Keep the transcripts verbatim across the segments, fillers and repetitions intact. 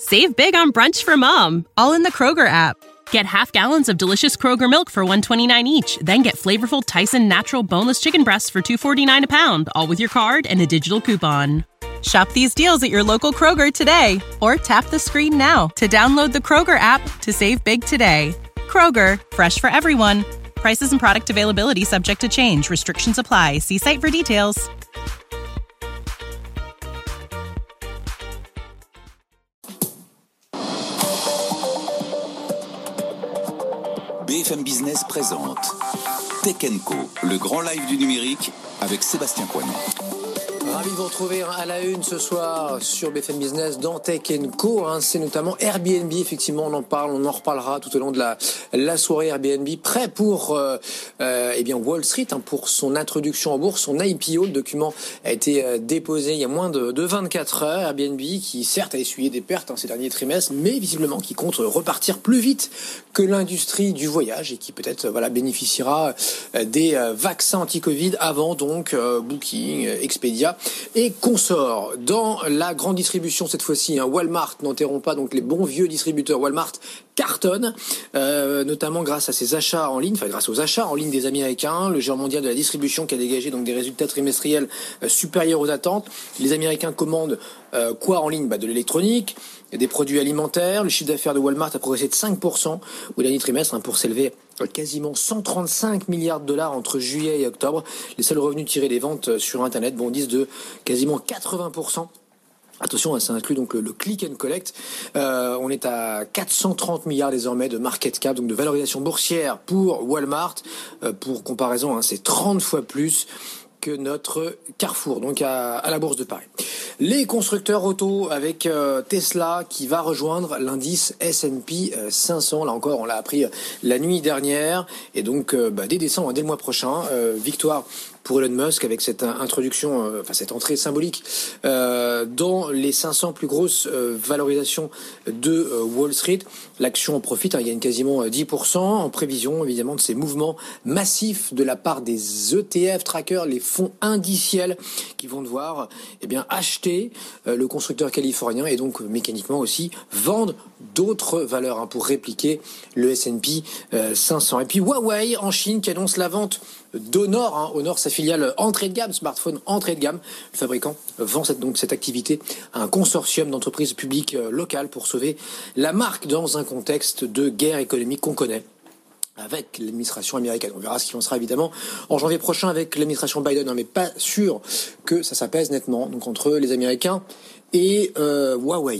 Save big on brunch for mom, all in the Kroger app. Get half gallons of delicious Kroger milk for one dollar and twenty-nine cents each. Then get flavorful Tyson natural boneless chicken breasts for two dollars and forty-nine cents a pound, all with your card and a digital coupon. Shop these deals at your local Kroger today, or tap the screen now to download the Kroger app to save big today. Kroger, fresh for everyone. Prices and product availability subject to change. Restrictions apply. See site for details. B F M Business présente Tech and Co, le grand live du numérique avec Sébastien Coinon. Ravi de vous retrouver à la une ce soir sur B F M Business dans Tech and Co. Hein, c'est notamment Airbnb, effectivement, on en parle, on en reparlera tout au long de la, la soirée. Airbnb prêt pour euh, euh, eh bien Wall Street, hein, pour son introduction en bourse, son I P O. Le document a été euh, déposé il y a moins de, de vingt-quatre heures. Airbnb qui certes a essuyé des pertes hein, ces derniers trimestres, mais visiblement qui compte repartir plus vite que l'industrie du voyage et qui peut-être voilà bénéficiera euh, des euh, vaccins anti-Covid avant donc euh, Booking, euh, Expedia et consorts. Dans la grande distribution cette fois-ci, hein, Walmart n'enterront pas donc les bons vieux distributeurs. Walmart cartonne, euh, notamment grâce à ses achats en ligne, enfin grâce aux achats en ligne des Américains, le géant mondial de la distribution qui a dégagé donc des résultats trimestriels euh, supérieurs aux attentes. Les Américains commandent euh, quoi en ligne ? Bah, de l'électronique, des produits alimentaires. Le chiffre d'affaires de Walmart a progressé de cinq pour cent au dernier trimestre hein, pour s'élever à quasiment cent trente-cinq milliards de dollars entre juillet et octobre. Les seuls revenus tirés des ventes sur Internet bondissent de quasiment quatre-vingts pour cent. Attention, ça inclut donc le, le click and collect. Euh, on est à quatre cent trente milliards désormais de market cap, donc de valorisation boursière pour Walmart. Euh, pour comparaison, hein, c'est trente fois plus que notre Carrefour, donc à, à la Bourse de Paris. Les constructeurs auto avec euh, Tesla qui va rejoindre l'indice S and P euh, cinq cents. Là encore, on l'a appris euh, la nuit dernière. Et donc, euh, bah, dès décembre, hein, dès le mois prochain, euh, victoire pour Elon Musk avec cette introduction, euh, enfin cette entrée symbolique euh, dans les cinq cents plus grosses euh, valorisations de euh, Wall Street. L'action en profite, hein, il gagne quasiment dix pour cent en prévision évidemment de ces mouvements massifs de la part des E T F trackers, les fonds indiciels qui vont devoir eh bien acheter euh, le constructeur californien et donc mécaniquement aussi vendre d'autres valeurs hein, pour répliquer le S and P euh, cinq cents. Et puis Huawei en Chine qui annonce la vente d'Honor, hein. Honor, sa filiale entrée de gamme, smartphone entrée de gamme. Le fabricant vend cette, donc cette activité à un consortium d'entreprises publiques euh, locales pour sauver la marque dans un contexte de guerre économique qu'on connaît avec l'administration américaine. On verra ce qui en sera évidemment en janvier prochain avec l'administration Biden, hein, mais pas sûr que ça s'apaise nettement donc entre les Américains et euh, Huawei.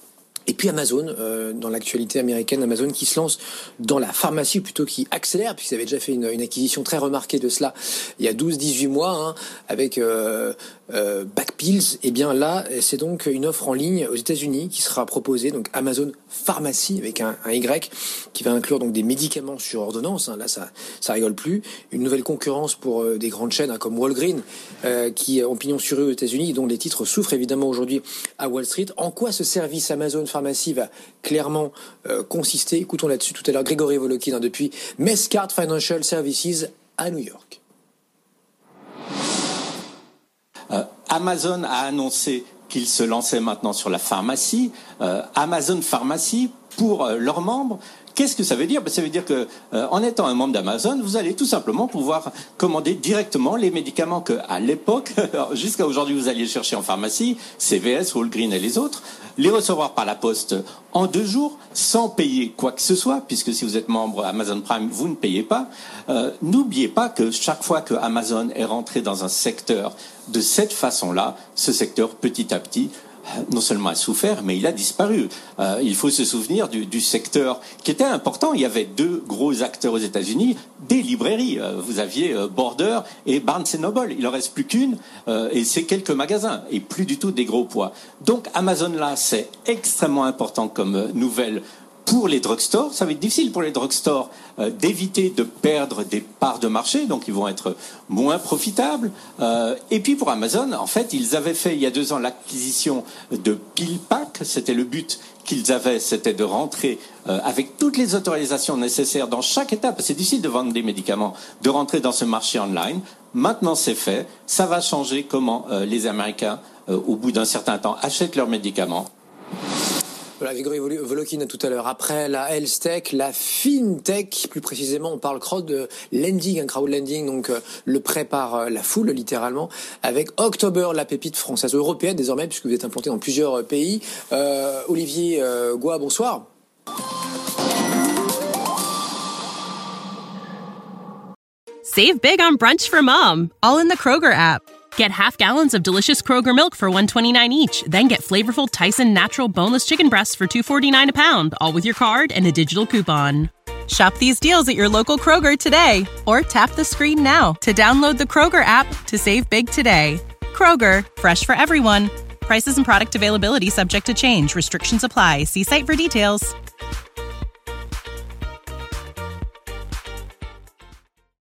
Et puis Amazon, euh, dans l'actualité américaine, Amazon qui se lance dans la pharmacie, ou plutôt qui accélère, puisqu'ils avaient déjà fait une, une acquisition très remarquée de cela il y a douze à dix-huit mois, hein, avec euh, euh, Backpills. Et bien là, c'est donc une offre en ligne aux États-Unis qui sera proposée, donc Amazon Pharmacy avec un, un Y, qui va inclure donc des médicaments sur ordonnance. Hein, là, ça, ça rigole plus. Une nouvelle concurrence pour euh, des grandes chaînes hein, comme Walgreens, euh, qui ont pignon sur eux aux États-Unis, dont les titres souffrent évidemment aujourd'hui à Wall Street. En quoi ce service Amazon Pharmacy va clairement euh, consister? Écoutons là-dessus tout à l'heure Grégory Volokin hein, depuis Mescart Financial Services à New York. Euh, Amazon a annoncé qu'il se lançait maintenant sur la pharmacie. Euh, Amazon Pharmacy, pour euh, leurs membres, qu'est-ce que ça veut dire? Ben, ça veut dire que, euh, en étant un membre d'Amazon, vous allez tout simplement pouvoir commander directement les médicaments que, à l'époque, jusqu'à aujourd'hui, vous alliez chercher en pharmacie, C V S, Walgreens et les autres, les recevoir par la poste en deux jours, sans payer quoi que ce soit, puisque si vous êtes membre Amazon Prime, vous ne payez pas. Euh, n'oubliez pas que chaque fois que Amazon est rentré dans un secteur de cette façon-là, ce secteur, petit à petit, non seulement a souffert, mais il a disparu. Euh, il faut se souvenir du, du secteur qui était important. Il y avait deux gros acteurs aux États-Unis, des librairies. Euh, vous aviez euh, Border et Barnes and Noble. Il en reste plus qu'une, euh, et c'est quelques magasins, et plus du tout des gros poids. Donc Amazon là, c'est extrêmement important comme euh, nouvelle. Pour les drugstores, ça va être difficile pour les drugstores euh, d'éviter de perdre des parts de marché, donc ils vont être moins profitables. Euh, et puis pour Amazon, en fait, ils avaient fait il y a deux ans l'acquisition de PillPack. C'était le but qu'ils avaient, c'était de rentrer euh, avec toutes les autorisations nécessaires dans chaque étape. C'est difficile de vendre des médicaments, de rentrer dans ce marché online. Maintenant, c'est fait. Ça va changer comment euh, les Américains, euh, au bout d'un certain temps, achètent leurs médicaments. Voilà, Grigori Volokhin tout à l'heure. Après la health tech, la fintech, plus précisément, on parle crowd lending, un crowd lending, donc euh, le prêt par euh, la foule, littéralement, avec October, la pépite française, européenne désormais, puisque vous êtes implanté dans plusieurs pays. Euh, Olivier euh, Goua, bonsoir. Save big on brunch for mom, all in the Kroger app. Get half gallons of delicious Kroger milk for one twenty-nine each, then get flavorful Tyson natural boneless chicken breasts for two forty-nine a pound, all with your card and a digital coupon. Shop these deals at your local Kroger today, or tap the screen now to download the Kroger app to save big today. Kroger, fresh for everyone. Prices and product availability subject to change. Restrictions apply. See site for details.